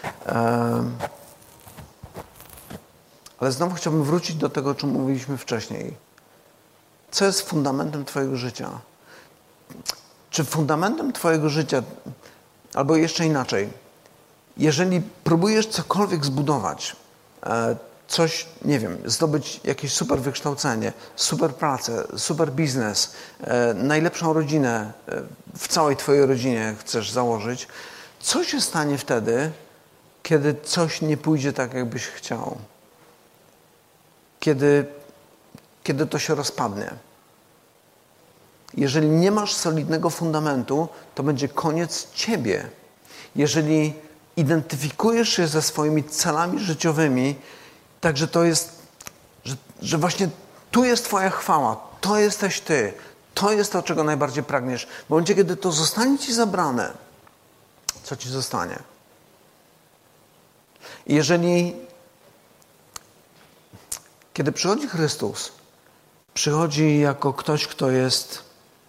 Ale znowu chciałbym wrócić do tego, o czym mówiliśmy wcześniej. Co jest fundamentem Twojego życia? Czy fundamentem Twojego życia, albo jeszcze inaczej, jeżeli próbujesz cokolwiek zbudować, coś, nie wiem, zdobyć jakieś super wykształcenie, super pracę, super biznes, najlepszą rodzinę w całej Twojej rodzinie chcesz założyć, co się stanie wtedy, kiedy coś nie pójdzie tak, jakbyś chciał? Kiedy to się rozpadnie? Jeżeli nie masz solidnego fundamentu, to będzie koniec Ciebie. Jeżeli identyfikujesz się ze swoimi celami życiowymi, także to jest, że właśnie tu jest Twoja chwała, to jesteś Ty, to jest to, czego najbardziej pragniesz. W momencie, kiedy to zostanie Ci zabrane, co Ci zostanie? Kiedy przychodzi Chrystus, przychodzi jako ktoś, kto jest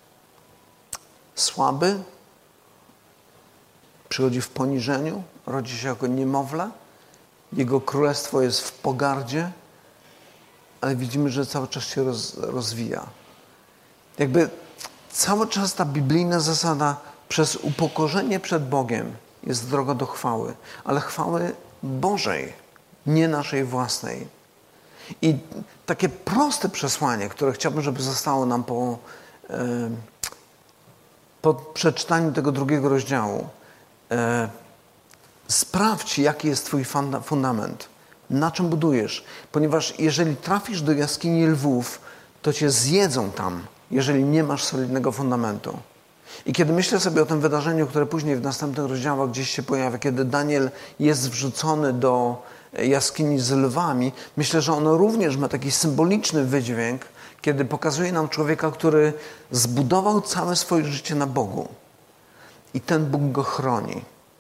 słaby, przychodzi w poniżeniu, rodzi się jako niemowlę, Jego królestwo jest w pogardzie, ale widzimy, że cały czas się rozwija. Jakby cały czas ta biblijna zasada przez upokorzenie przed Bogiem jest droga do chwały, ale chwały Bożej, nie naszej własnej. I takie proste przesłanie, które chciałbym, żeby zostało nam po przeczytaniu tego 2 rozdziału. Sprawdź, jaki jest Twój fundament. Na czym budujesz? Ponieważ jeżeli trafisz do jaskini lwów, to Cię zjedzą tam, jeżeli nie masz solidnego fundamentu. I kiedy myślę sobie o tym wydarzeniu, które później w następnych rozdziałach gdzieś się pojawia, kiedy Daniel jest wrzucony do jaskini z lwami, myślę, że ono również ma taki symboliczny wydźwięk, kiedy pokazuje nam człowieka, który zbudował całe swoje życie na Bogu. I ten Bóg go chroni.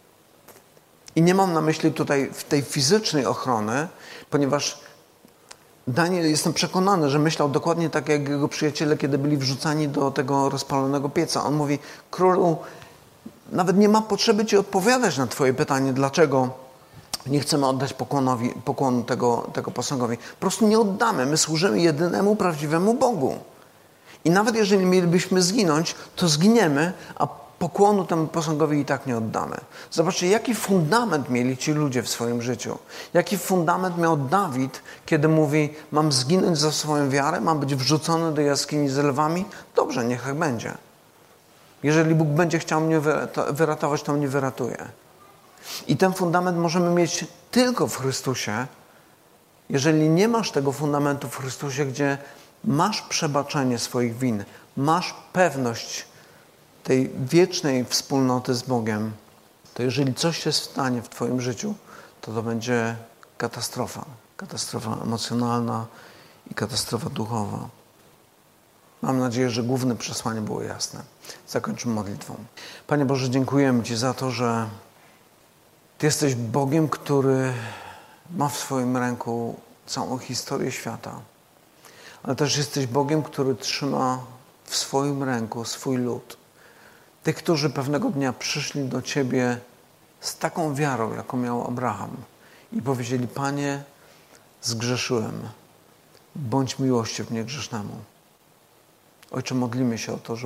I nie mam na myśli tutaj tej fizycznej ochrony, ponieważ Daniel, jestem przekonany, że myślał dokładnie tak jak jego przyjaciele, kiedy byli wrzucani do tego rozpalonego pieca. On mówi: królu, nawet nie ma potrzeby Ci odpowiadać na Twoje pytanie, dlaczego nie chcemy oddać pokłonu tego posągowi. Po prostu nie oddamy. My służymy jedynemu, prawdziwemu Bogu. I nawet jeżeli mielibyśmy zginąć, to zginiemy, a pokłonu temu posągowi i tak nie oddamy. Zobaczcie, jaki fundament mieli ci ludzie w swoim życiu. Jaki fundament miał Dawid, kiedy mówi: mam zginąć za swoją wiarę, mam być wrzucony do jaskini z lwami? Dobrze, niech tak będzie. Jeżeli Bóg będzie chciał mnie wyratować, to mnie wyratuje. I ten fundament możemy mieć tylko w Chrystusie. Jeżeli nie masz tego fundamentu w Chrystusie, gdzie masz przebaczenie swoich win, masz pewność tej wiecznej wspólnoty z Bogiem, to jeżeli coś się stanie w Twoim życiu, to będzie katastrofa. Katastrofa emocjonalna i katastrofa duchowa. Mam nadzieję, że główne przesłanie było jasne. Zakończymy modlitwą. Panie Boże, dziękujemy Ci za to, że Ty jesteś Bogiem, który ma w swoim ręku całą historię świata. Ale też jesteś Bogiem, który trzyma w swoim ręku swój lud. Tych, którzy pewnego dnia przyszli do Ciebie z taką wiarą, jaką miał Abraham i powiedzieli: Panie, zgrzeszyłem, bądź miłosierny grzesznemu. Ojcze, modlimy się o to,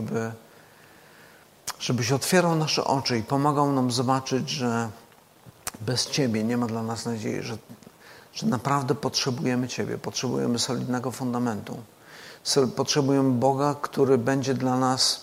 żebyś otwierał nasze oczy i pomagał nam zobaczyć, że bez Ciebie nie ma dla nas nadziei, że naprawdę potrzebujemy Ciebie, potrzebujemy solidnego fundamentu. Potrzebujemy Boga, który będzie dla nas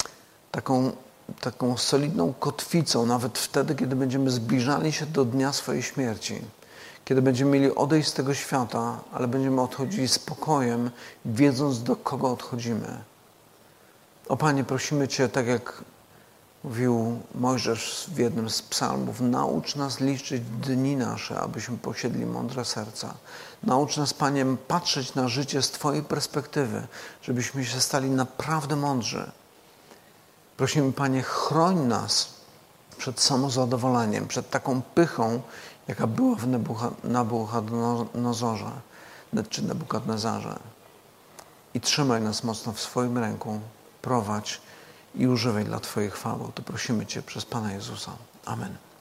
taką solidną kotwicą, nawet wtedy, kiedy będziemy zbliżali się do dnia swojej śmierci. Kiedy będziemy mieli odejść z tego świata, ale będziemy odchodzili z pokojem, wiedząc, do kogo odchodzimy. O Panie, prosimy Cię, tak jak mówił Mojżesz w jednym z psalmów: naucz nas liczyć dni nasze, abyśmy posiedli mądre serca. Naucz nas, Panie, patrzeć na życie z Twojej perspektywy, żebyśmy się stali naprawdę mądrzy. Prosimy, Panie, chroń nas przed samozadowoleniem, przed taką pychą, jaka była w Nebukadnezarze. I trzymaj nas mocno w swoim ręku. prowadź i używaj dla Twojej chwały. To prosimy Cię przez Pana Jezusa. Amen.